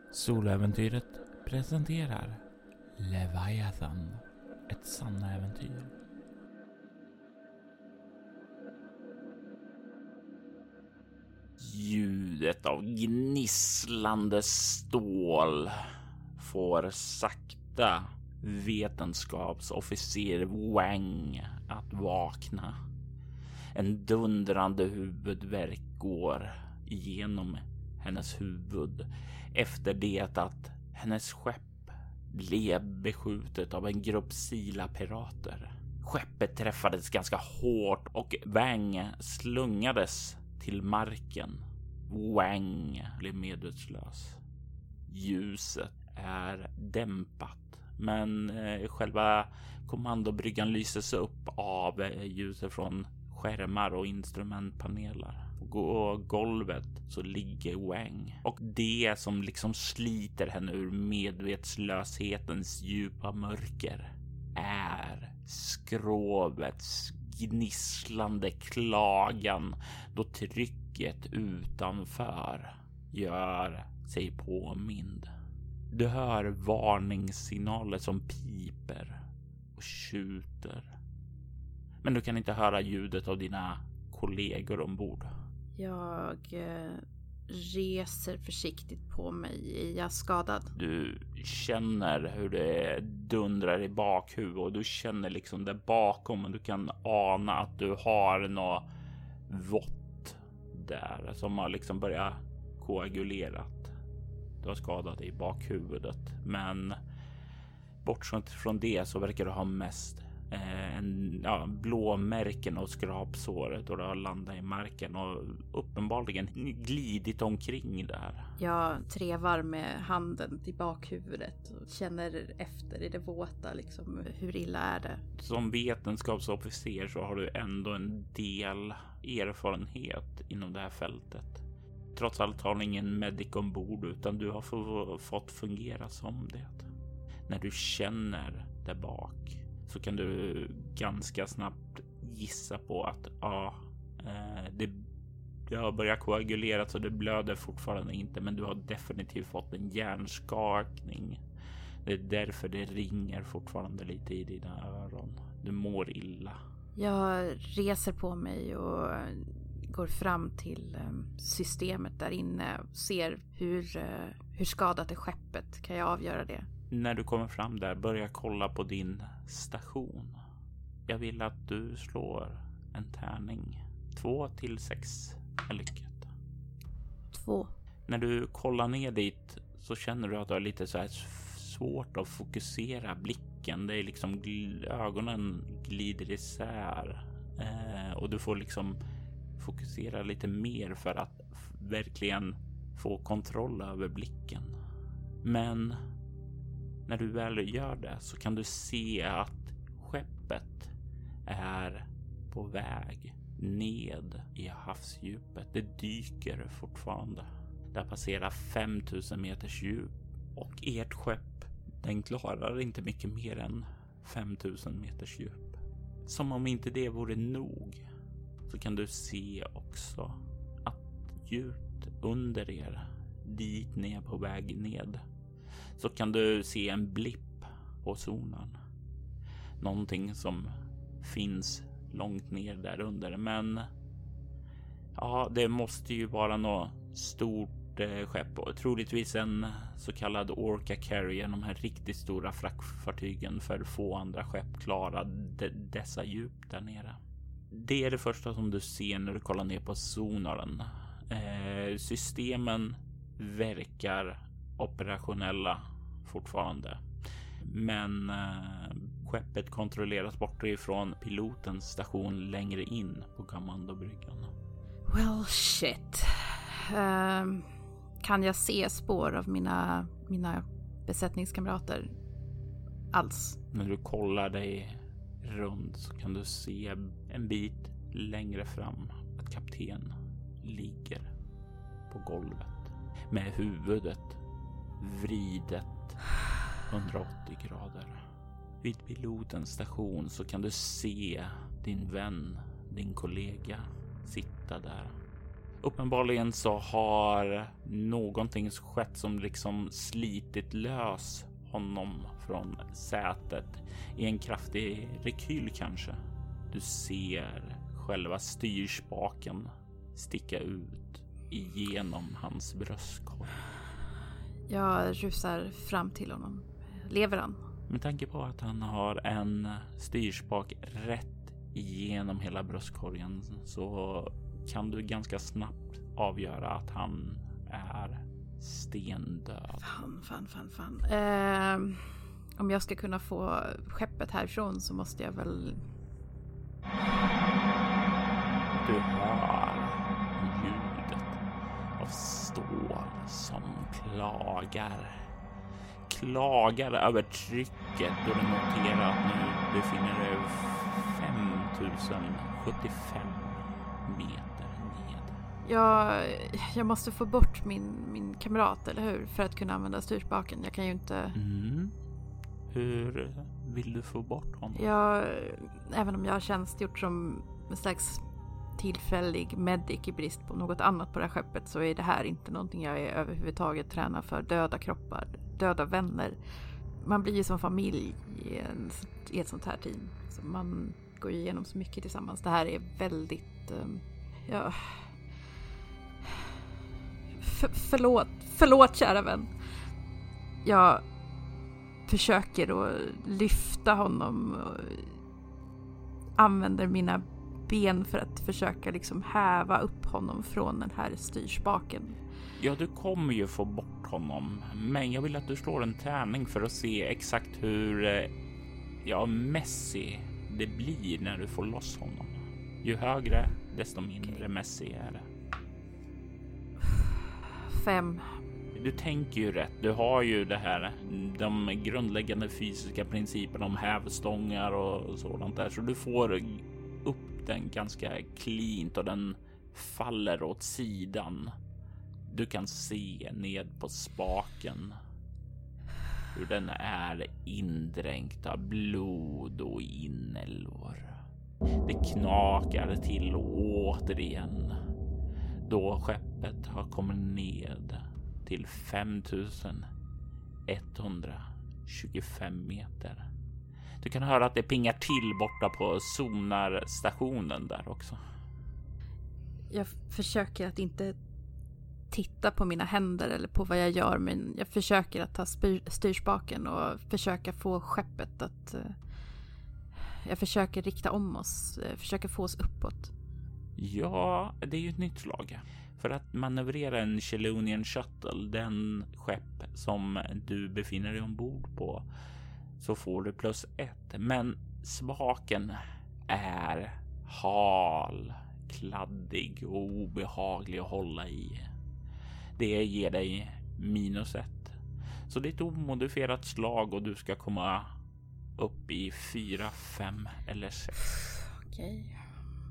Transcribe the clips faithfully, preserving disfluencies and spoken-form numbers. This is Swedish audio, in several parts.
Soläventyret presenterar Leviathan, ett sanna äventyr. Ljudet av gnisslande stål får sakta vetenskapsofficer Wang att vakna. En dundrande huvudvärk går igenom hennes huvud efter det att hennes skepp blev beskjutet av en grupp Sila-pirater. Skeppet träffades ganska hårt och Wang slungades till marken. Wang blev medvetslös. Ljuset är dämpat, men eh, själva kommandobryggan lyses upp av eh, ljuset från skärmar och instrumentpaneler. På golvet så ligger Wang, och det som liksom sliter henne ur medvetslöshetens djupa mörker är skrovets gnisslande klagan, då trycket utanför gör sig påmind. Du hör varningssignaler som piper och tjuter, men du kan inte höra ljudet av dina kollegor ombord. Jag eh, reser försiktigt på mig. Är jag skadad? Du känner hur det dundrar i bakhuvudet och du känner liksom där bakom, men du kan ana att du har något vått där som har liksom börjat koagulerat. Du har skadat i bakhuvudet, men bortsett från det så verkar du ha mest en ja, blåmärken och skrapsåret, och det har landat i marken och uppenbarligen glidit omkring där. Jag trevar med handen i bakhuvudet och känner efter i det våta, liksom, hur illa är det? Som vetenskapsofficer så har du ändå en del erfarenhet inom det här fältet. Trots allt har du ingen medic ombord, utan du har få, fått fungera som det. När du känner där bak så kan du ganska snabbt gissa på att ja, det, det har börjat koagulera, så det blöder fortfarande inte, men du har definitivt fått en hjärnskakning. Det är därför det ringer fortfarande lite i dina öron. Du mår illa. Jag reser på mig och går fram till systemet där inne och ser hur, hur skadat är skeppet. Kan jag avgöra det? När du kommer fram där, börja kolla på din station. Jag vill att du slår en tärning. Två till sex är lyckat. Två. När du kollar ner dit så känner du att du har lite så här svårt att fokusera blicken. Det är liksom gl- ögonen glider isär. Eh, och du får liksom fokusera lite mer för att f- verkligen få kontroll över blicken. Men när du väl gör det så kan du se att skeppet är på väg ned i havsdjupet. Det dyker fortfarande. Det passerar fem tusen meters djup och ert skepp, den klarar inte mycket mer än fem tusen meters djup. Som om inte det vore nog så kan du se också att djupt under er, dit ner på väg ned, så kan du se en blipp på sonen. Någonting som finns långt ner där under. Men ja, det måste ju vara något stort eh, skepp. Och troligtvis en så kallad Orca Carrier. De här riktigt stora fraktfartygen, för få andra skepp klarar de, dessa djup där nere. Det är det första som du ser när du kollar ner på sonaren. Eh, systemen verkar operationella fortfarande, men eh, skeppet kontrolleras bort ifrån pilotens station längre in på kommandobryggan. Well shit. Um, kan jag se spår av mina, mina besättningskamrater alls? När du kollar dig runt så kan du se en bit längre fram att kapten ligger på golvet med huvudet vridet hundraåttio grader. Vid pilotens station så kan du se din vän, din kollega sitta där. Uppenbarligen så har någonting skett som liksom slitit lös honom från sätet i en kraftig rekyl kanske. Du ser själva styrspaken sticka ut igenom hans bröstkorg. Jag rusar fram till honom. Lever han? Med tanke på att han har en styrspak rätt igenom hela bröstkorgen så kan du ganska snabbt avgöra att han är stendöd. Fan, fan, fan, fan. Eh, om jag ska kunna få skeppet härifrån så måste jag väl... Du hör ljudet av stål som klagar. Klagar över trycket då du noterar att nu befinner dig fem tusen sjuttiofem meter ned. Jag, jag måste få bort min, min kamrat, eller hur? För att kunna använda styrspaken. Jag kan ju inte... Mm. Hur vill du få bort honom? Jag, även om jag har tjänstgjort som en slags tillfällig medic i brist på något annat på det här skeppet så är det här inte någonting jag är överhuvudtaget tränad för. Döda kroppar, döda vänner. Man blir ju som familj i, en, i ett sånt här team. Så man går igenom så mycket tillsammans. Det här är väldigt... Um, ja... För, förlåt, förlåt kära vän. Jag försöker att lyfta honom och använder mina ben för att försöka liksom häva upp honom från den här styrspaken. Ja, du kommer ju få bort honom, men jag vill att du slår en tärning för att se exakt hur ja, messy det blir när du får loss honom. Ju högre, desto mindre okay. Messy är det. Fem. Du tänker ju rätt. Du har ju det här, de grundläggande fysiska principerna om hävstångar och sådant där, så du får upp den ganska cleant och den faller åt sidan. Du kan se ned på spaken hur den är indränkt av blod och inälvor. Det knakar till återigen då skeppet har kommit ned till fem tusen etthundratjugofem meter. Du kan höra att det pingar till borta på sonarstationen där också. Jag försöker att inte titta på mina händer eller på vad jag gör, men jag försöker att ta styr- styrspaken och försöka få skeppet att... Uh, jag försöker rikta om oss, uh, försöker få oss uppåt. Ja, det är ju ett nytt slag. För att manövrera en Chelonian Shuttle, den skepp som du befinner dig ombord på, så får du plus ett. Men spaken är hal, kladdig och obehaglig att hålla i. Det ger dig minus ett. Så det är ett omodifierat slag och du ska komma upp i fyra, fem eller sex. Okej. Okay.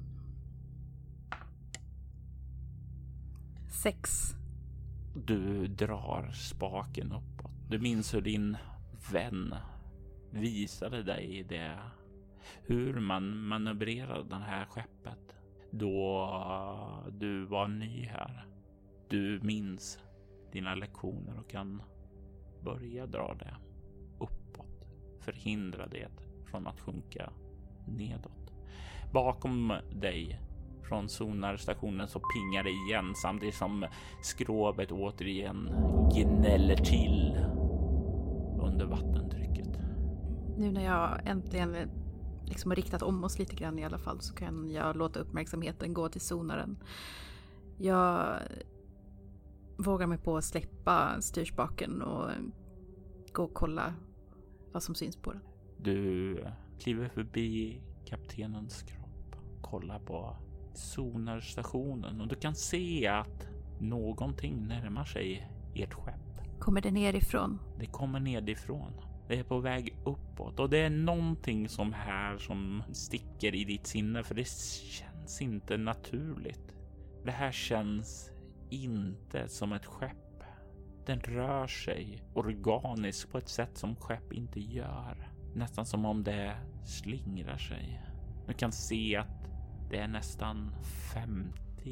Sex. Du drar spaken uppåt. Du minns hur din vän visade dig det. Hur man manövrerade det här skeppet då du var ny här. Du minns dina lektioner och kan börja dra det uppåt. Förhindra det från att sjunka nedåt. Bakom dig från sonarstationen så pingar det igen samtidigt som skrovet återigen gnäller till under vattentrycket. Nu när jag äntligen liksom har riktat om oss lite grann i alla fall så kan jag låta uppmärksamheten gå till sonaren. Jag vågar mig på att släppa styrspaken och gå och kolla vad som syns på den. Du kliver förbi kaptenens kropp, kollar på sonarstationen och du kan se att någonting närmar sig ert skepp. Kommer det nerifrån? Det kommer nedifrån. Det är på väg uppåt och det är någonting som här som sticker i ditt sinne, för det känns inte naturligt. Det här känns inte som ett skepp. Den rör sig organiskt på ett sätt som skepp inte gör. Nästan som om det slingrar sig. Du kan se att det är nästan femtio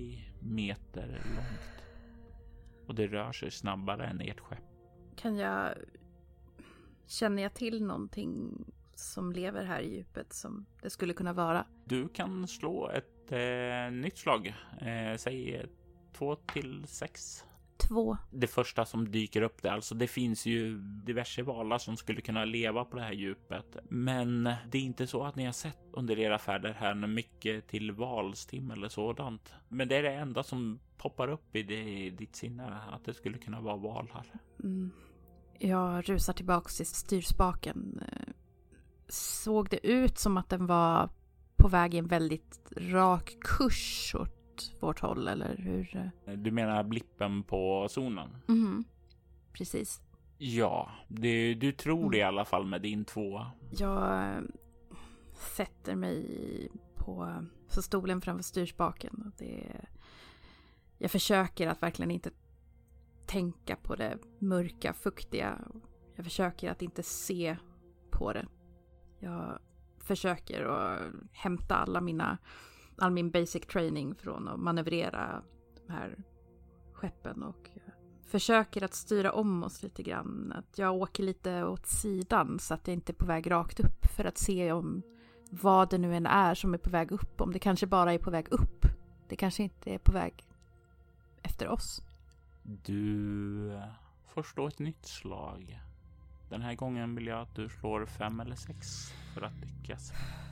meter långt. Och det rör sig snabbare än ert skepp. Kan jag... Känner jag till någonting som lever här i djupet som det skulle kunna vara? Du kan slå ett eh, nytt slag. Eh, säg två till sex. Två. Det första som dyker upp där, alltså det finns ju diverse valar som skulle kunna leva på det här djupet. Men det är inte så att ni har sett under era färder här mycket till valstim eller sådant. Men det är det enda som poppar upp i det, ditt sinne, att det skulle kunna vara valar. Mm. Jag rusar tillbaka till styrspaken. Såg det ut som att den var på väg i en väldigt rak kurs åt vårt håll, eller hur? Du menar blippen på zonen? Mm, precis. Ja, det, du tror det i alla fall med din tvåa. Jag sätter mig på så stolen framför styrspaken. Och det, jag försöker att verkligen inte tänka på det mörka, fuktiga. Jag försöker att inte se på det. Jag försöker att hämta alla mina, all min basic training från att manövrera de här skeppen och försöker att styra om oss lite grann. Att jag åker lite åt sidan så att jag inte är på väg rakt upp för att se om vad det nu än är som är på väg upp. Om det kanske bara är på väg upp. Det kanske inte är på väg efter oss. Du får slå ett nytt slag. Den här gången vill jag att du slår fem eller sex för att lyckas.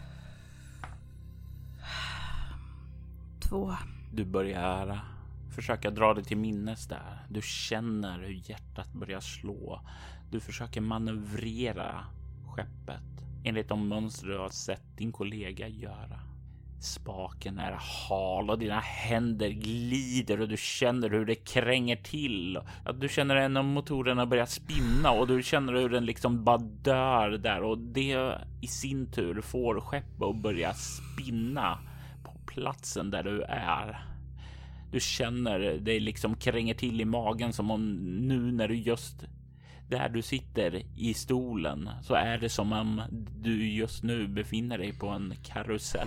Två. Du börjar försöka dra dig till minnes där. Du känner hur hjärtat börjar slå. Du försöker manövrera skeppet enligt de mönster du har sett din kollega göra. Spaken är hal och dina händer glider och du känner hur det kränger till. Att du känner en av motorerna börjar spinna och du känner hur den liksom bara dör där, och det i sin tur får skeppet att börja spinna på platsen där du är. Du känner det liksom kränger till i magen, som om nu när du just där du sitter i stolen så är det som om du just nu befinner dig på en karusell.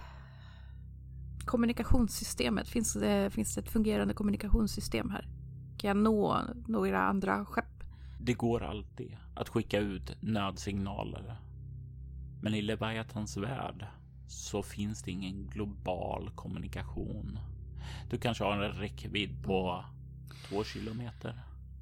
Kommunikationssystemet, finns det, finns det ett fungerande kommunikationssystem här? Kan jag nå några andra skepp? Det går alltid att skicka ut nödsignaler. Men i Leviathans värld så finns det ingen global kommunikation. Du kanske har en räckvidd på två kilometer.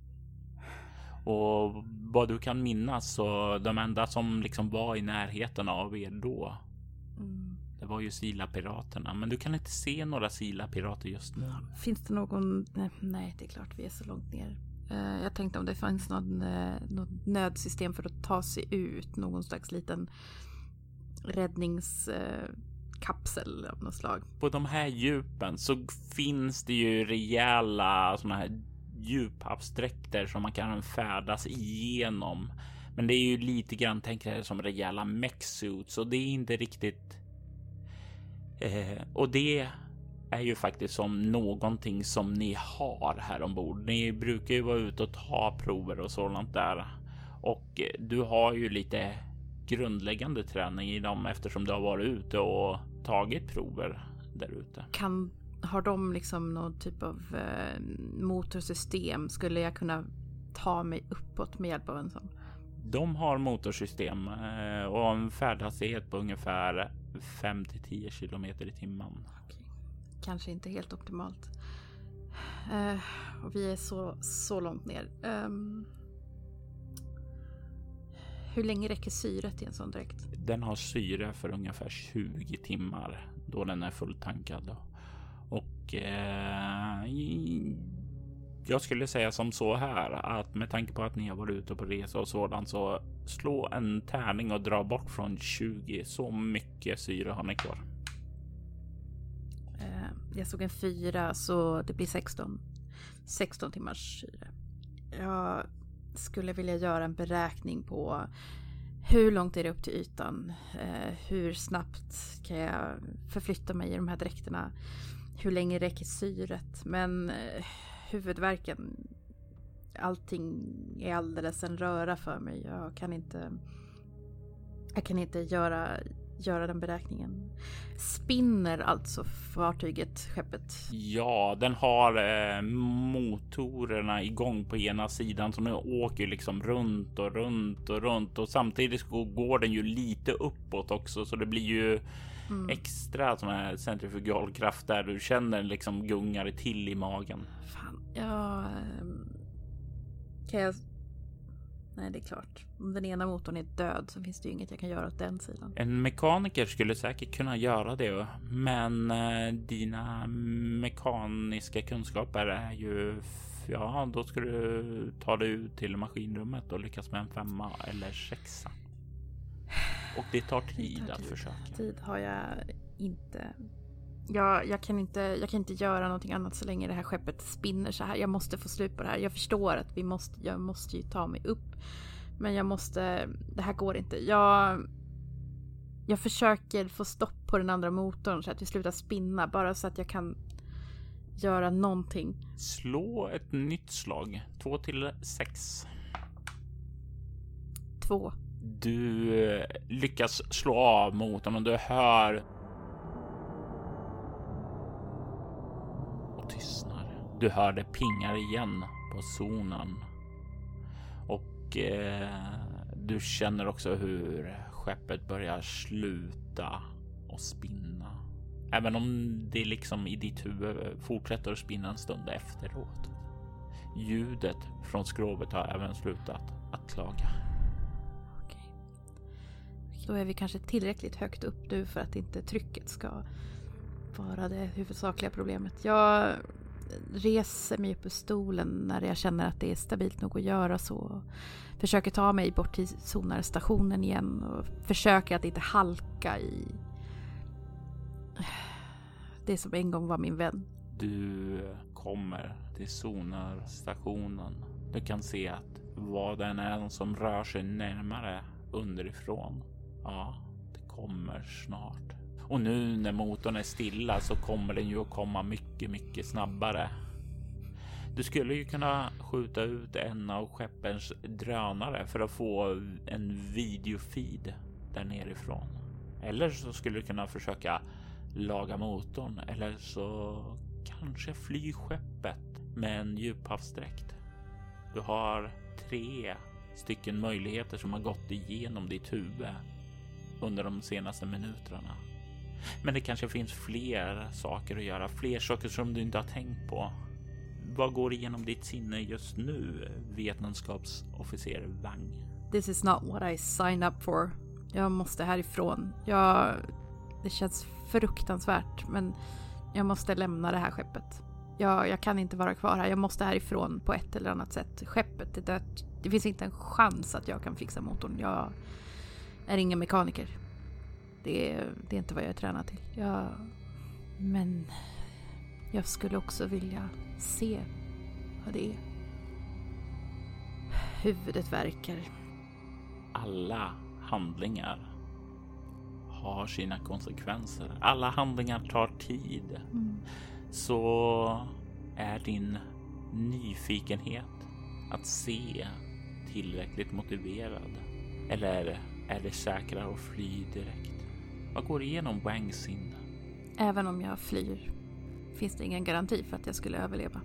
Och vad du kan minnas, så de enda som liksom var i närheten av er då, mm. det var ju Sila-piraterna. Men du kan inte se några Sila-pirater just nu. Finns det någon... Nej, det är klart vi är så långt ner. Jag tänkte om det fanns någon, något nödsystem för att ta sig ut. Någon slags liten räddningskapsel av något slag. På de här djupen så finns det ju rejäla såna här djuphavsdräkter som man kan färdas igenom. Men det är ju lite grann, tänker jag, som rejäla mech-suits, och det är inte riktigt... Eh, och det är ju faktiskt som någonting som ni har här ombord. Ni brukar ju vara ute och ta prover och sådant där. Och du har ju lite grundläggande träning i dem eftersom du har varit ute och tagit prover där ute. Kan... Har de liksom någon typ av eh, motorsystem? Skulle jag kunna ta mig uppåt med hjälp av en sån? De har motorsystem eh, och en färdhastighet på ungefär fem till tio kilometer i timmen. Okej. Kanske inte helt optimalt. Eh, och vi är så, så långt ner. Um, hur länge räcker syret i en sån dräkt? Den har syre för ungefär tjugo timmar då den är fulltankad. Och eh, jag skulle säga som så här, att med tanke på att ni har varit ute på resa och sådant, så slå en tärning och dra bort från tjugo. Så mycket syre har ni kvar. Eh, jag såg en fyra, så det blir sexton. sexton timmars syre. Jag skulle vilja göra en beräkning på hur långt är det upp till ytan. Eh, hur snabbt kan jag förflytta mig i de här dräkterna. Hur länge räcker syret? Men eh, huvudvärken, allting är alldeles en röra för mig. Jag kan inte, jag kan inte göra göra den beräkningen. Spinner alltså fartyget, skeppet? Ja, den har eh, motorerna igång på ena sidan, så den åker liksom runt och runt och runt, och samtidigt går den ju lite uppåt också, så det blir ju mm. extra sån här centrifugalkraft där du känner liksom gungar till i magen. Fan, ja... Kan jag... Nej, det är klart. Om den ena motorn är död så finns det ju inget jag kan göra åt den sidan. En mekaniker skulle säkert kunna göra det, men eh, dina mekaniska kunskaper är ju... Ja, då ska du ta dig ut till maskinrummet och lyckas med en femma eller sexa. Och det tar tid, det tar tid. att försöka. Tid har jag inte... Jag, jag, kan inte, jag kan inte göra någonting annat så länge det här skeppet spinner så här. Jag måste få slut på det här. Jag förstår att vi måste, jag måste ju ta mig upp. Men jag måste, det här går inte. Jag, jag försöker få stopp på den andra motorn så att vi slutar spinna. Bara så att jag kan göra någonting. Slå ett nytt slag. Två till sex. Två. Du lyckas slå av motorn och du hör... tystnar. Du hör det pingar igen på sonen. Och eh, du känner också hur skeppet börjar sluta och spinna. Även om det liksom i ditt huvud fortsätter att spinna en stund efteråt. Ljudet från skrovet har även slutat att klaga. Okej. Då är vi kanske tillräckligt högt upp nu för att inte trycket ska vara det huvudsakliga problemet. Jag reser mig upp ur stolen när jag känner att det är stabilt nog att göra så. Försöker ta mig bort till sonarstationen igen och försöker att inte halka i det som en gång var min vän. Du kommer till sonarstationen. Du kan se att vad den är som rör sig närmare underifrån. Ja, det kommer snart. Och nu när motorn är stilla så kommer den ju att komma mycket, mycket snabbare. Du skulle ju kunna skjuta ut en av skeppens drönare för att få en videofeed där nerifrån. Eller så skulle du kunna försöka laga motorn. Eller så kanske fly skeppet med en djuphavsdräkt. Du har tre stycken möjligheter som har gått igenom ditt huvud under de senaste minuterna. Men det kanske finns fler saker att göra, fler saker som du inte har tänkt på. Vad går igenom ditt sinne just nu, vetenskapsofficer Wang? This is not what I signed up for. Jag måste härifrån. Jag... Det känns fruktansvärt, men jag måste lämna det här skeppet. Jag, jag kan inte vara kvar här. Jag måste härifrån på ett eller annat sätt. Skeppet är dött. Det finns inte en chans att jag kan fixa motorn. Jag är ingen mekaniker. Det är, det är inte vad jag är tränad till. Jag, men jag skulle också vilja se vad det är. Huvudet verkar. Alla handlingar har sina konsekvenser. Alla handlingar tar tid. Mm. Så är din nyfikenhet att se tillräckligt motiverad? Eller är det säkrare att fly direkt? Vad går igenom Wangs sinne? Även om jag flyr finns det ingen garanti för att jag skulle överleva.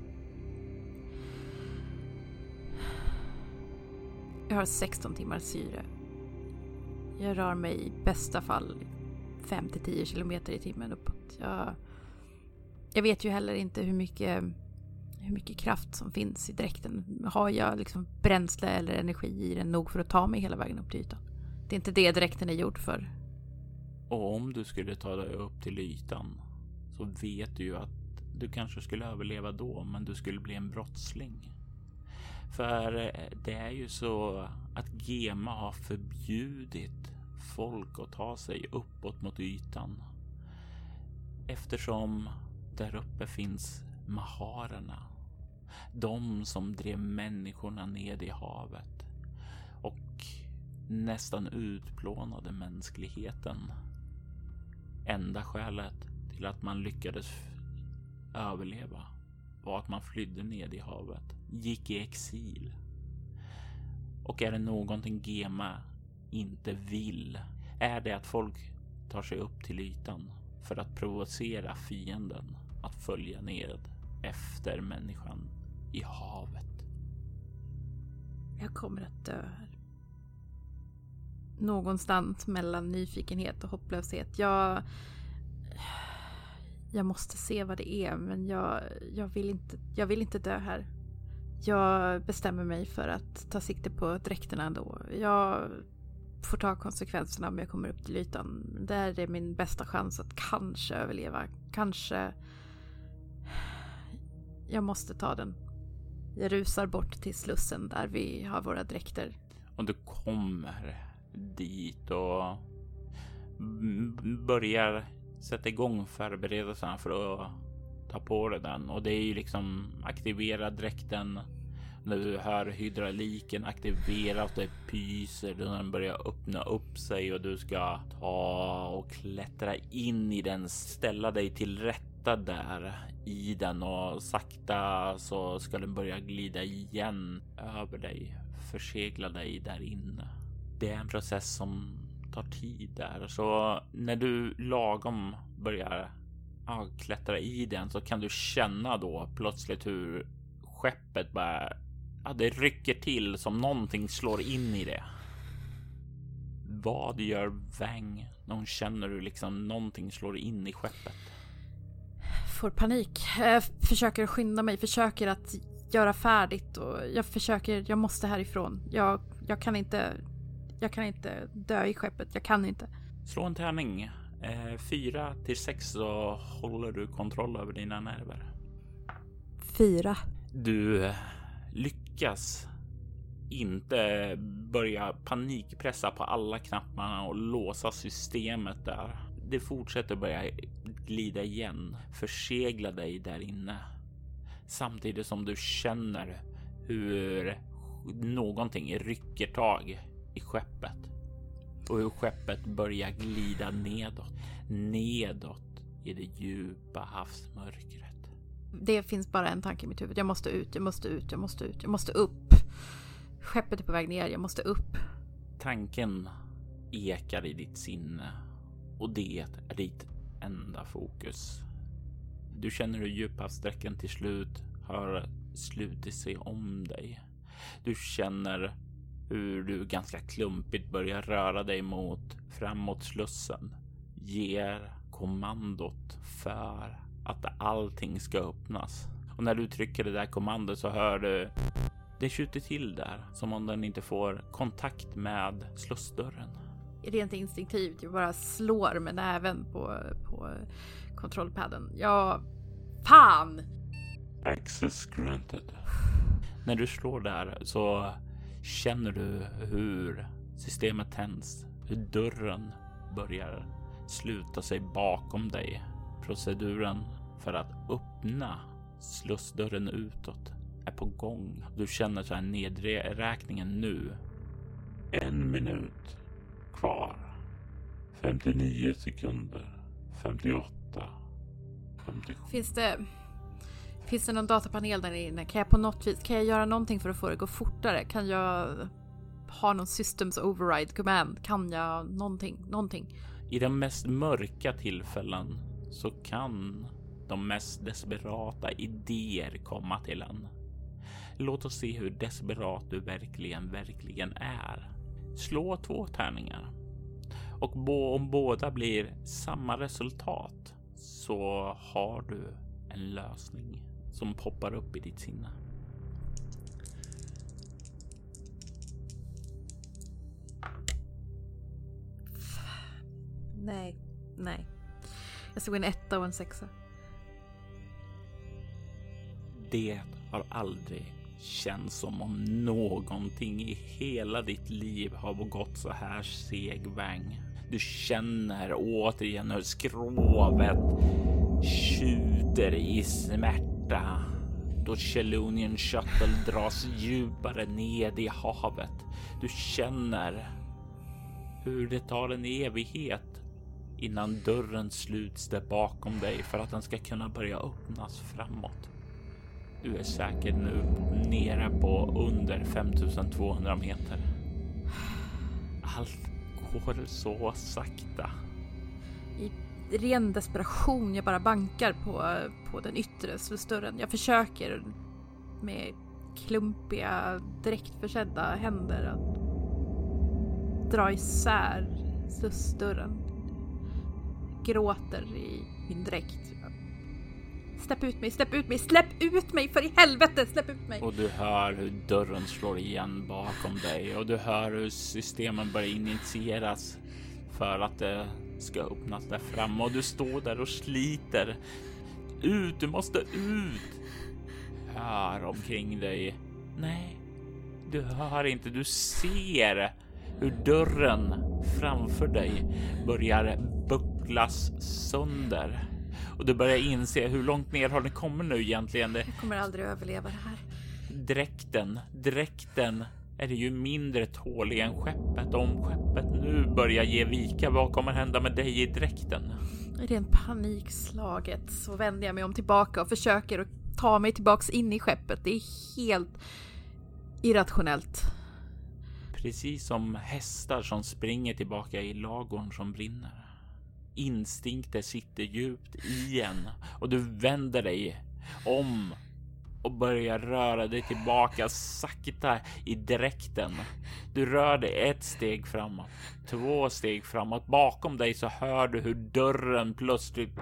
Jag har sexton timmar syre. Jag rör mig i bästa fall fem till tio kilometer i timmen uppåt. Jag, jag vet ju heller inte hur mycket, hur mycket kraft som finns i dräkten. Har jag liksom bränsle eller energi i den nog för att ta mig hela vägen upp till ytan? Det är inte det dräkten är gjord för. Och om du skulle ta dig upp till ytan så vet du ju att du kanske skulle överleva då, men du skulle bli en brottsling. För det är ju så att Gema har förbjudit folk att ta sig uppåt mot ytan. Eftersom där uppe finns maharerna. De som drev människorna ned i havet. Och nästan utplånade mänskligheten. Enda skälet till att man lyckades överleva var att man flydde ned i havet. Gick i exil. Och är det någonting Gema inte vill, är det att folk tar sig upp till ytan för att provocera fienden att följa ned efter människan i havet. Jag kommer att dö här. Någonstans mellan nyfikenhet och hopplöshet. Jag... Jag måste se vad det är, men jag, jag, vill inte, jag vill inte dö här. Jag bestämmer mig för att ta sikte på dräkterna ändå. Jag får ta konsekvenserna om jag kommer upp till ytan. Det här är min bästa chans att kanske överleva. Kanske... Jag måste ta den. Jag rusar bort till slussen där vi har våra dräkter. Och du kommer dit och börjar sätta igång förberedelserna för att ta på dig den. Och det är ju liksom aktivera dräkten. När du hör hydrauliken aktiveras, det pyser, den börjar öppna upp sig och du ska ta och klättra in i den, ställa dig till rätta där i den och sakta så ska den börja glida igen över dig, försegla dig där inne. Det är en process som tar tid där, så när du lagom börjar ja, klättra i den så kan du känna då plötsligt hur skeppet bara, ja, det rycker till som någonting slår in i det. Vad gör Vang när hon känner hur liksom någonting slår in i skeppet? Får panik. Jag försöker skynda mig, försöker att göra färdigt och jag försöker, jag måste härifrån. Jag, jag kan inte jag kan inte dö i skeppet, jag kan inte. Slå en tärning. Eh, fyra till sex så håller du kontroll över dina nerver. Fyra. Du lyckas inte börja panikpressa på alla knapparna och låsa systemet där. Det fortsätter börja glida igen, försegla dig där inne. Samtidigt som du känner hur någonting rycker tag i skeppet. Och hur skeppet börjar glida nedåt. Nedåt i det djupa havsmörkret. Det finns bara en tanke i mitt huvud. Jag måste ut, jag måste ut, jag måste ut, jag måste upp. Skeppet är på väg ner, jag måste upp. Tanken ekar i ditt sinne. Och det är ditt enda fokus. Du känner hur djuphavssträcken till slut har slutit sig om dig. Du känner hur du ganska klumpigt börjar röra dig mot framåt slussen. Ger kommandot för att allting ska öppnas. Och när du trycker det där kommandot så hör du det skjuter till där som om den inte får kontakt med slussdörren. Rent instinktivt, jag bara slår med näven på, på kontrollpadden. Ja, fan! Access granted. När du slår där så känner du hur systemet tänds, hur dörren börjar sluta sig bakom dig. Proceduren för att öppna slussdörren utåt är på gång. Du känner så här nedräkningen nu. En minut kvar. femtionio sekunder. femtioåtta. femtiosju. Finns det Finns det någon datapanel där inne? Kan jag på något vis, kan jag göra någonting för att få det att gå fortare? Kan jag ha någon systems override command? Kan jag någonting, någonting? I de mest mörka tillfällen så kan de mest desperata idéer komma till en. Låt oss se hur desperat du verkligen, verkligen är. Slå två tärningar. Och om båda blir samma resultat så har du en lösning som poppar upp i ditt sinne. Nej, nej. Jag såg en etta och en sexa. Det har aldrig känts som om någonting i hela ditt liv har gått så här segväng. Du känner återigen hur skrovet tjuter i smärta då Chelonian Shuttle dras djupare ned i havet. Du känner hur det tar en evighet innan dörren sluts där bakom dig för att den ska kunna börja öppnas framåt. Du är säkert nu nere på under femtusentvåhundra meter. Allt går så sakta. I ren desperation, jag bara bankar på, på den yttre slussdörren. Jag försöker med klumpiga, direktförsedda händer att dra isär slussdörren. Gråter i min dräkt. Släpp ut mig, släpp ut mig, släpp ut mig för i helvete, släpp ut mig. Och du hör hur dörren slår igen bakom dig och du hör hur systemen börjar initieras för att det ska öppnas där framme och du står där och sliter. Ut, du måste ut. Hör omkring dig. Nej, du hör inte, du ser hur dörren framför dig börjar bucklas sönder. Och du börjar inse hur långt ner har den kommit nu egentligen. Det... Jag kommer aldrig att överleva det här. Dräkten, dräkten är det ju mindre tålig än skeppet. Om skeppet nu börjar ge vika, vad kommer hända med dig i dräkten? I den panikslaget så vänder jag mig om tillbaka och försöker att ta mig tillbaks in i skeppet. Det är helt irrationellt. Precis som hästar som springer tillbaka i lagorn som brinner. Instinkter sitter djupt i en och du vänder dig om och börjar röra dig tillbaka sakta i dräkten. Du rör dig ett steg framåt, två steg framåt. Bakom dig så hör du hur dörren plötsligt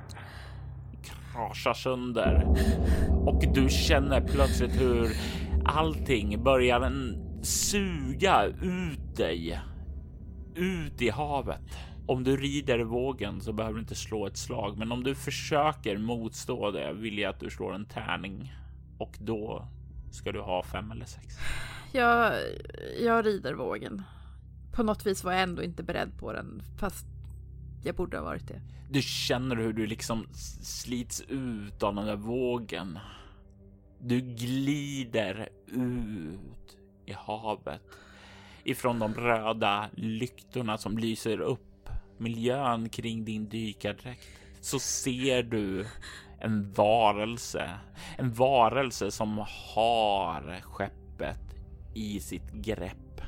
kraschar sönder och du känner plötsligt hur allting börjar en suga ut dig, ut i havet. Om du rider vågen så behöver du inte slå ett slag, men om du försöker motstå det vill jag att du slår en tärning och då ska du ha fem eller sex. Jag, jag rider vågen. På något vis var jag ändå inte beredd på den, fast jag borde ha varit det. Du känner hur du liksom slits ut av den där vågen. Du glider ut i havet ifrån de röda lyktorna som lyser upp miljön kring din dykardräkt. Så ser du en varelse, en varelse som har skeppet i sitt grepp.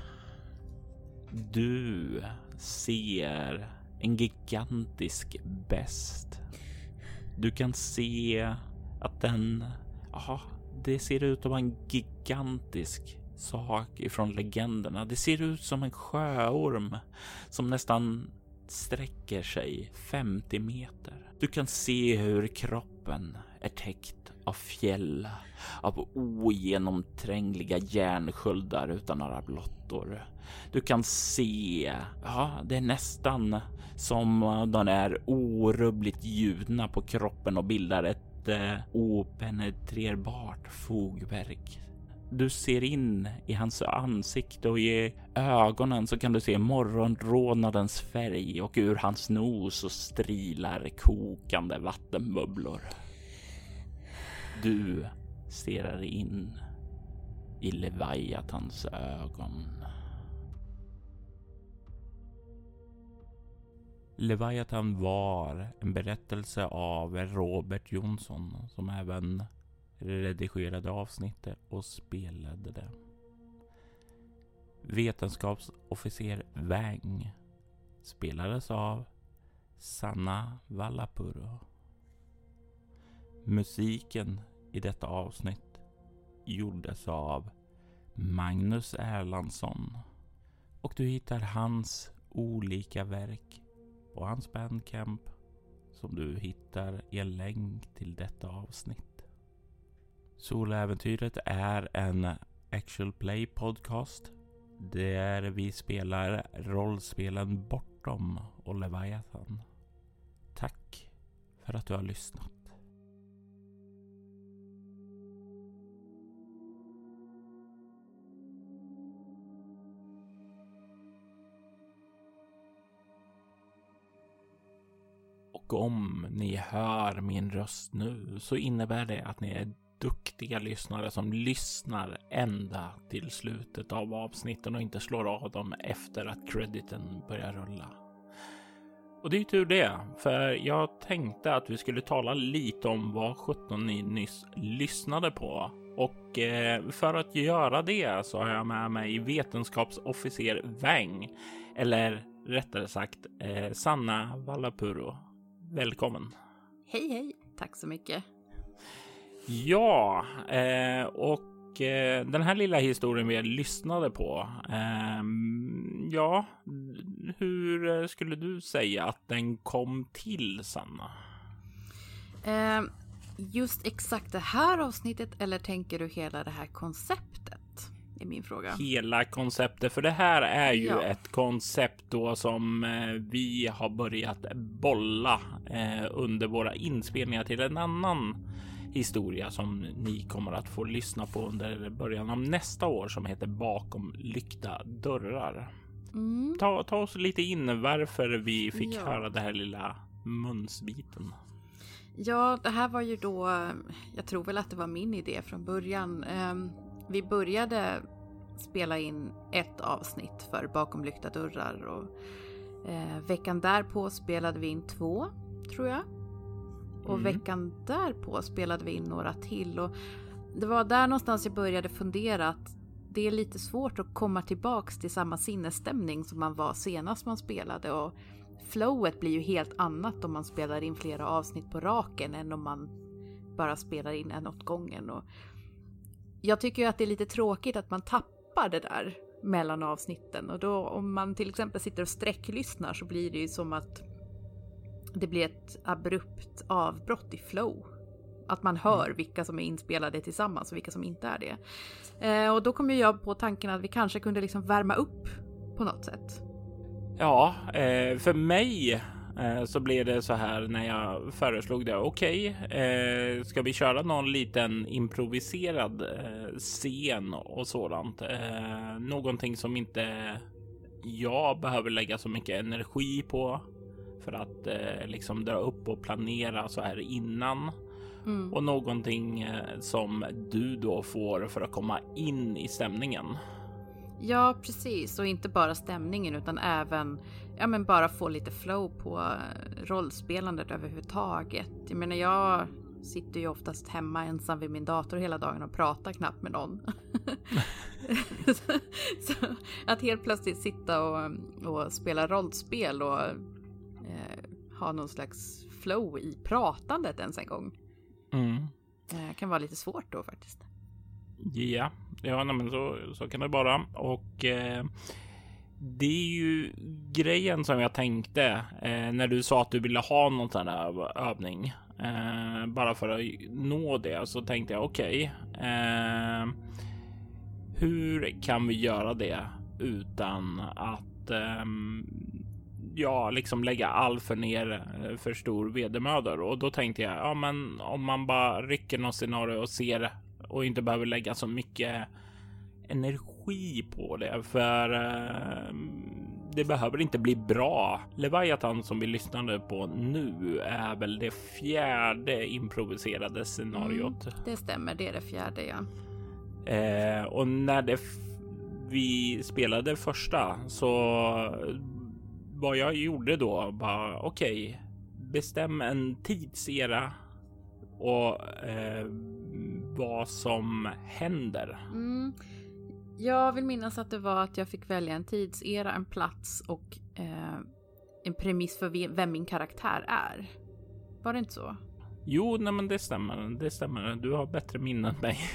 Du ser en gigantisk best. Du kan se att den, aha, det ser ut som en gigantisk sak ifrån legenderna. Det ser ut som en sjöorm som nästan sträcker sig femtio meter. Du kan se hur kroppen är täckt av fjäll, av ogenomträngliga järnsköldar utan några blottor. Du kan se, ja, det är nästan som den är orubbligt gjutna på kroppen och bildar ett eh, openetrerbart fogverk. Du ser in i hans ansikte och i ögonen så kan du se morgonrånadens färg och ur hans nos så strilar kokande vattenbubblor. Du stirrar in i Leviathans ögon. Leviathan var en berättelse av Robert Jonsson som även redigerade avsnittet och spelade det. Vetenskapsofficer Wang spelades av Sanna Vallapuro. Musiken i detta avsnitt gjordes av Magnus Erlandsson och du hittar hans olika verk på hans Bandcamp som du hittar i en länk till detta avsnitt. Soläventyret är en actual play podcast där vi spelar rollspelen Bortom och Leviathan. Tack för att du har lyssnat. Och om ni hör min röst nu så innebär det att ni är duktiga lyssnare som lyssnar ända till slutet av avsnitten och inte slår av dem efter att crediten börjar rulla. Och det är ju tur det, för jag tänkte att vi skulle tala lite om vad sjutton ni nyss lyssnade på. Och eh, för att göra det så har jag med mig vetenskapsofficer Wang, eller rättare sagt eh, Sanna Vallapuro. Välkommen. Hej hej, tack så mycket. Ja, eh, och eh, den här lilla historien vi lyssnade på, eh, ja, hur skulle du säga att den kom till, Sanna? Eh, just exakt det här avsnittet, eller tänker du hela det här konceptet? Är min fråga. Hela konceptet, för det här är ju ja. ett koncept då som eh, vi har börjat bolla eh, under våra inspelningar till en annan historia som ni kommer att få lyssna på under början av nästa år, som heter Bakom lyckta dörrar. Mm. Ta, ta oss lite in varför vi fick ja. höra det här lilla munsbiten. Ja, det här var ju då, jag tror väl att det var min idé från början. Um, vi började spela in ett avsnitt för Bakom lyckta dörrar och eh, veckan därpå spelade vi in två, tror jag. Och mm. veckan därpå spelade vi in några till. Och det var där någonstans jag började fundera att det är lite svårt att komma tillbaks till samma sinnesstämning som man var senast man spelade. Och flowet blir ju helt annat om man spelar in flera avsnitt på raken än om man bara spelar in en åt gången. Och jag tycker ju att det är lite tråkigt att man tappar det där mellan avsnitten. Och då om man till exempel sitter och sträcklyssnar så blir det ju som att det blir ett abrupt avbrott i flow. Att man hör vilka som är inspelade tillsammans och vilka som inte är det. Eh, och då kom jag på tanken att vi kanske kunde liksom värma upp på något sätt. Ja, eh, för mig eh, så blev det så här när jag föreslog det. Okej, okay, eh, ska vi köra någon liten improviserad eh, scen och sådant? Eh, någonting som inte jag behöver lägga så mycket energi på för att eh, liksom dra upp och planera så här innan. Mm. Och någonting eh, som du då får för att komma in i stämningen. Ja, precis. Och inte bara stämningen utan även ja, men bara få lite flow på rollspelandet överhuvudtaget. Jag menar, jag sitter ju oftast hemma ensam vid min dator hela dagen och pratar knappt med någon. så, så att helt plötsligt sitta och, och spela rollspel och eh, ha någon slags flow i pratandet ens en gång. Mm. Eh, kan vara lite svårt då faktiskt. Ja, ja nej, men så, så kan det vara. Och eh, det är ju grejen som jag tänkte eh, när du sa att du ville ha någon sån här övning. Eh, bara för att nå det så tänkte jag okej. Okay, eh, hur kan vi göra det utan att eh, ja, liksom lägga all för ner för stor vedermödor? Och då tänkte jag, ja men om man bara rycker något scenario och ser och inte behöver lägga så mycket energi på det, för eh, det behöver inte bli bra. Leviathan som vi lyssnade på nu är väl det fjärde improviserade scenariot. Mm, det stämmer, det är det fjärde, ja. Eh, och när det f- vi spelade första så vad jag gjorde då bara okej, okay, bestäm en tidsera och eh, vad som händer. Mm. Jag vill minnas att det var att jag fick välja en tidsera, en plats och eh, en premiss för vem min karaktär är. Var det inte så? Jo, nej men det stämmer. Det stämmer. Du har bättre minne än mig.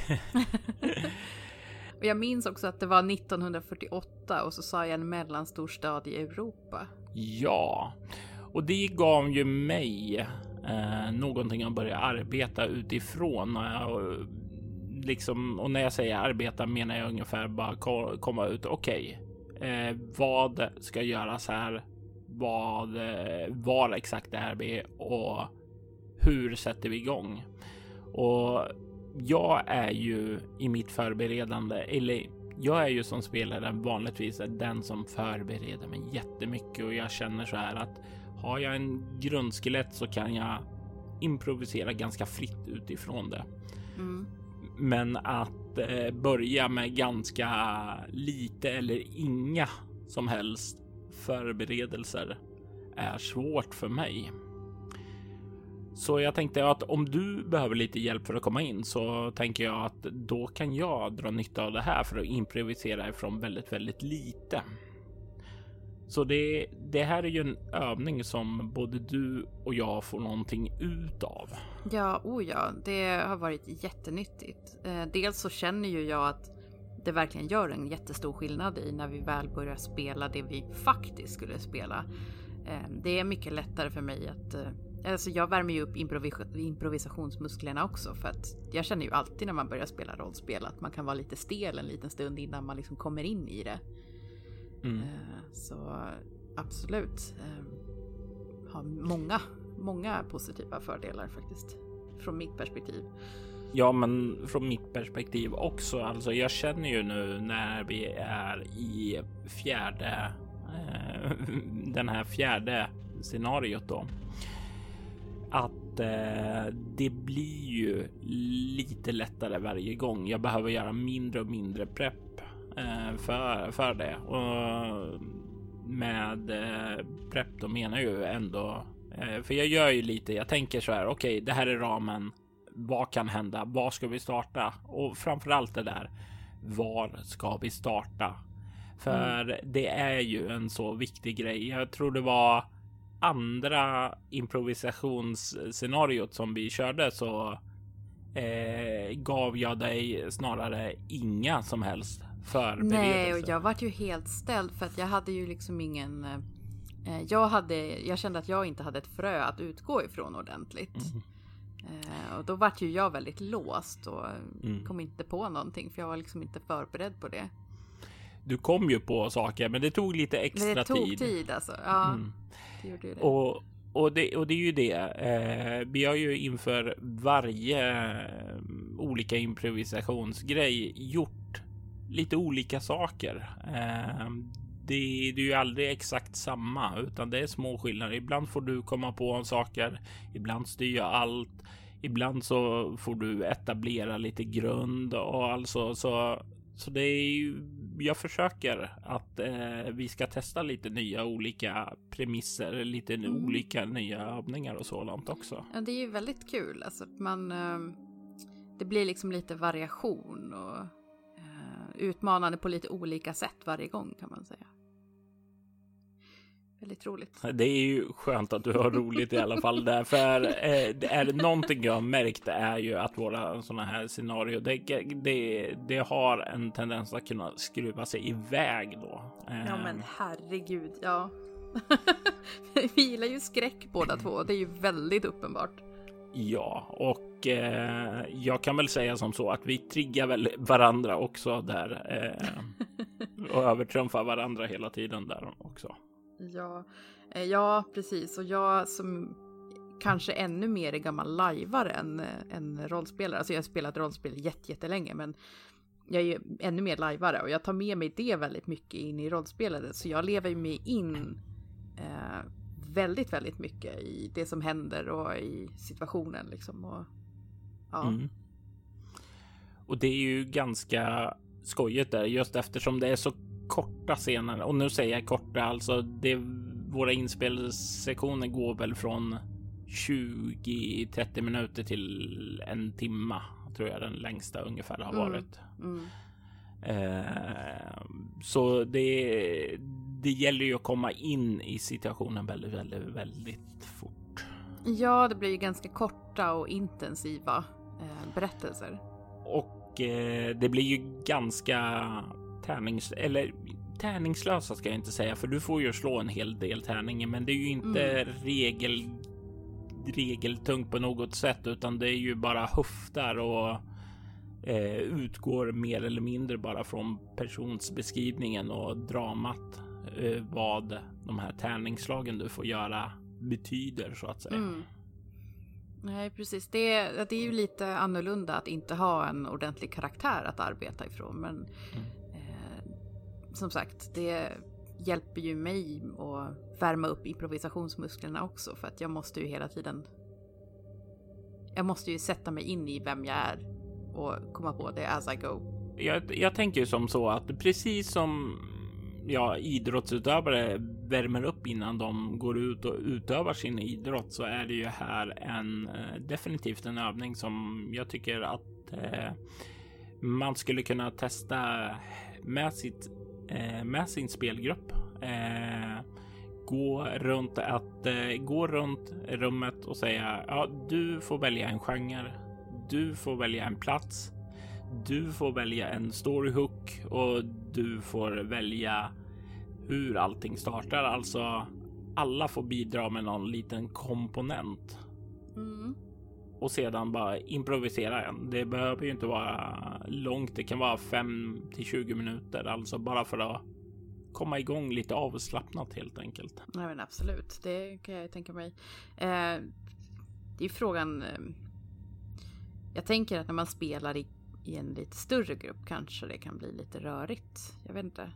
Och jag minns också att det var nittonhundrafyrtioåtta och så sa jag en mellanstor stad i Europa. Ja, och det gav ju mig eh, någonting att börja arbeta utifrån. Och, liksom, och när jag säger arbeta menar jag ungefär bara ko- komma ut. Okej, okay, eh, vad ska göras här? Vad, eh, var exakt det här blir och hur sätter vi igång? Och jag är ju i mitt förberedande, eller jag är ju som spelare vanligtvis den som förbereder mig jättemycket och jag känner så här att har jag en grundskelett så kan jag improvisera ganska fritt utifrån det. Mm. Men att eh, börja med ganska lite eller inga som helst förberedelser är svårt för mig. Så jag tänkte att om du behöver lite hjälp för att komma in så tänker jag att då kan jag dra nytta av det här för att improvisera ifrån väldigt, väldigt lite. Så det, det här är ju en övning som både du och jag får någonting ut av. Ja, oh ja, det har varit jättenyttigt. Eh, dels så känner ju jag att det verkligen gör en jättestor skillnad i när vi väl börjar spela det vi faktiskt skulle spela. Eh, det är mycket lättare för mig att... Eh, alltså jag värmer ju upp improvis- improvisationsmusklerna också, för att jag känner ju alltid när man börjar spela rollspel att man kan vara lite stel en liten stund innan man liksom kommer in i det. Mm. Så absolut har många, många positiva fördelar faktiskt från mitt perspektiv. Ja, men från mitt perspektiv också. Alltså jag känner ju nu när vi är i fjärde eh, den här fjärde scenariot då, att eh, det blir ju lite lättare varje gång. Jag behöver göra mindre och mindre prepp För, för det. Och med eh, prepp då menar jag ju ändå eh, för jag gör ju lite, jag tänker så här, okej, okay, det här är ramen, vad kan hända, var ska vi starta, och framförallt det där, var ska vi starta, för mm. det är ju en så viktig grej. Jag tror det var andra improvisationsscenariot som vi körde, så eh, gav jag dig snarare inga som helst. Nej, och jag var ju helt ställd för att jag hade ju liksom ingen eh, jag hade, jag kände att jag inte hade ett frö att utgå ifrån ordentligt. Mm. eh, och då var ju jag väldigt låst och mm. kom inte på någonting, för jag var liksom inte förberedd på det. Du kom ju på saker, men det tog lite extra tid. Det tog tid, tid alltså, ja. Mm. Det gjorde ju det. Och Och det, och det är ju det. Eh, vi har ju inför varje olika improvisationsgrej gjort lite olika saker. Eh, det, det är ju aldrig exakt samma, utan det är små skillnader. Ibland får du komma på saker, ibland styr jag allt, ibland så får du etablera lite grund och alltså så. Så det är ju, jag försöker att eh, vi ska testa lite nya olika premisser, lite mm. olika nya övningar och sådant också. Ja, det är ju väldigt kul. Alltså, man, eh, det blir liksom lite variation och eh, utmanande på lite olika sätt varje gång, kan man säga. Väldigt roligt. Det är ju skönt att du har roligt i alla fall där, för eh, det är någonting jag har märkt är ju att våra sådana här scenarier, det, det, det har en tendens att kunna skruva sig iväg då. Eh. Ja men herregud, ja. Vi gillar ju skräck båda två, det är ju väldigt uppenbart. Ja, och eh, jag kan väl säga som så att vi triggar väl varandra också där eh, och övertrumfar varandra hela tiden där också. Ja, ja, precis. Och jag som kanske ännu mer är gammal lajvare än, än rollspelare. Alltså jag har spelat rollspel jätte, jättelänge, men jag är ju ännu mer lajvare. Och jag tar med mig det väldigt mycket in i rollspelet. Så jag lever ju mig in eh, väldigt, väldigt mycket i det som händer och i situationen liksom. Och, ja. Mm. Och det är ju ganska skojigt där, just eftersom det är så korta scener, och nu säger jag korta, alltså det, våra inspelsektioner går väl från tjugo till trettio minuter till en timma, tror jag den längsta ungefär har varit. Mm. Mm. Eh, så det, det gäller ju att komma in i situationen väldigt, väldigt, väldigt fort. Ja, det blir ju ganska korta och intensiva eh, berättelser. Och eh, det blir ju ganska tärnings eller tärningslösa ska jag inte säga, för du får ju slå en hel del tärningar, men det är ju inte mm. regel regeltungt på något sätt, utan det är ju bara höftar och eh, utgår mer eller mindre bara från personsbeskrivningen och dramat, eh, vad de här tärningsslagen du får göra betyder, så att säga. Mm. Nej, precis. Det är, det är ju lite annorlunda att inte ha en ordentlig karaktär att arbeta ifrån, men mm. som sagt, det hjälper ju mig att värma upp improvisationsmusklerna också, för att jag måste ju hela tiden jag måste ju sätta mig in i vem jag är och komma på det as I go. Jag, jag tänker ju som så att precis som ja, idrottsutövare värmer upp innan de går ut och utövar sin idrott, så är det ju här en definitivt en övning som jag tycker att eh, man skulle kunna testa med sitt eh, med sin spelgrupp. Eh, gå runt att eh, gå runt rummet och säga ja, du får välja en genre, du får välja en plats, du får välja en storyhook och du får välja hur allting startar. Alltså alla får bidra med någon liten komponent. Mm. Och sedan bara improvisera en. Det behöver ju inte vara långt. Det kan vara fem till tjugo minuter. Alltså bara för att komma igång lite avslappnat helt enkelt. Nej, men absolut. Det kan jag tänka mig. Eh, det är frågan. Eh, jag tänker att när man spelar i, i en lite större grupp kanske det kan bli lite rörigt. Jag vet inte.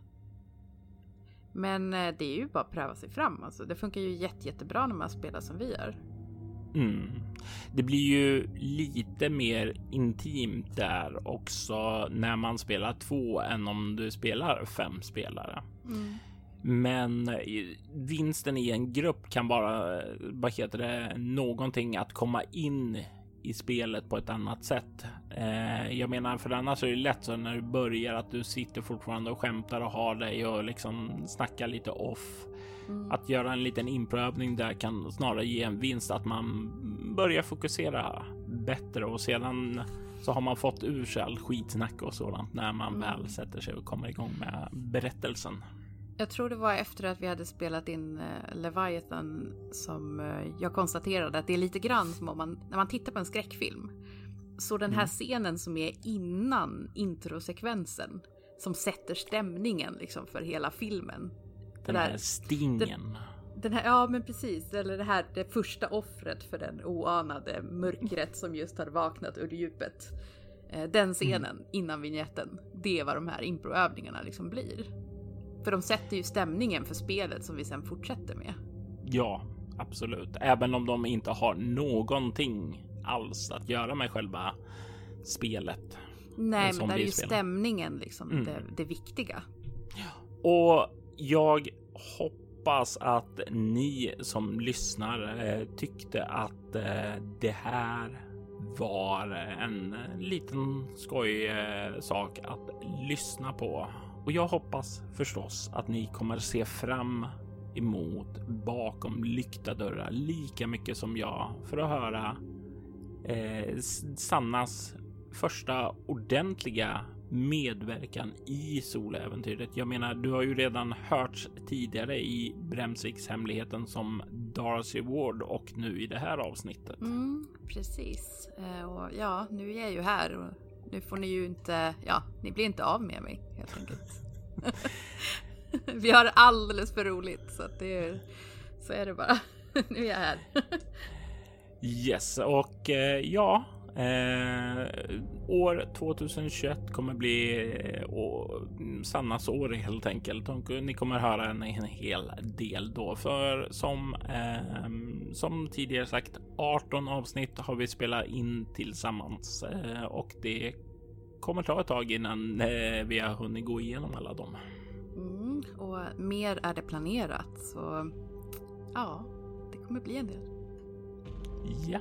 Men eh, det är ju bara att pröva sig fram. Alltså, det funkar ju jätte, jättebra när man spelar som vi gör. Mm. Det blir ju lite mer intimt där också när man spelar två än om du spelar fem spelare. Mm. Men vinsten i en grupp kan bara, vad heter det, någonting att komma in i spelet på ett annat sätt. Eh, jag menar, för annars är det lätt så när du börjar att du sitter fortfarande och skämtar och har dig och liksom snackar lite off. Mm. Att göra en liten inprövning där kan snarare ge en vinst, att man börjar fokusera bättre och sedan så har man fått ur sig all skitsnack och sådant när man mm. väl sätter sig och kommer igång med berättelsen. Jag tror det var efter att vi hade spelat in uh, Leviathan som uh, jag konstaterade att det är lite grann som om man, när man tittar på en skräckfilm, så den här mm. scenen som är innan introsekvensen som sätter stämningen liksom för hela filmen. Den här stingen. Den, den här, ja men precis, eller det här det första offret för den oanade mörkret som just har vaknat ur djupet. Uh, den scenen mm. innan vignetten, det är vad de här improövningarna liksom blir. För de sätter ju stämningen för spelet som vi sen fortsätter med. Ja, absolut. Även om de inte har någonting alls att göra med själva spelet. Nej, men där är ju spelar. stämningen liksom mm. det, det viktiga. Och jag hoppas att ni som lyssnar eh, tyckte att eh, det här var en liten skoj eh, sak att lyssna på. Och jag hoppas förstås att ni kommer se fram emot Bakom lyckta dörrar lika mycket som jag för att höra eh, Sannas första ordentliga medverkan i soläventyret. Jag menar, du har ju redan hört tidigare i Bremsviks hemligheten som Darcy Ward och nu i det här avsnittet. Mm, precis. Eh, och ja, nu är jag ju här och nu får ni ju inte, ja, ni blir inte av med mig helt enkelt. Vi har alldeles för roligt så att det är, så är det bara. Nu är jag här. Yes, och eh, ja, eh, år tjugohundratjugoett kommer bli eh, å, Sannas år helt enkelt. Och ni kommer höra en, en hel del då. För som, eh, som tidigare sagt, arton avsnitt har vi spelat in tillsammans. Eh, och det kommer ta ett tag innan eh, vi har hunnit gå igenom alla dem. Mm, och mer är det planerat. Så ja, det kommer bli en del. Ja.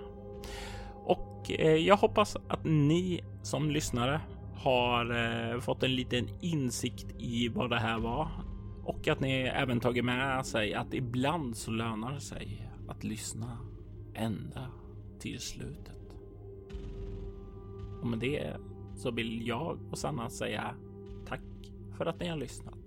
Och eh, jag hoppas att ni som lyssnare har eh, fått en liten insikt i vad det här var. Och att ni även tagit med sig att ibland så lönar det sig att lyssna ända till slutet. Och med det så vill jag och Sanna säga tack för att ni har lyssnat.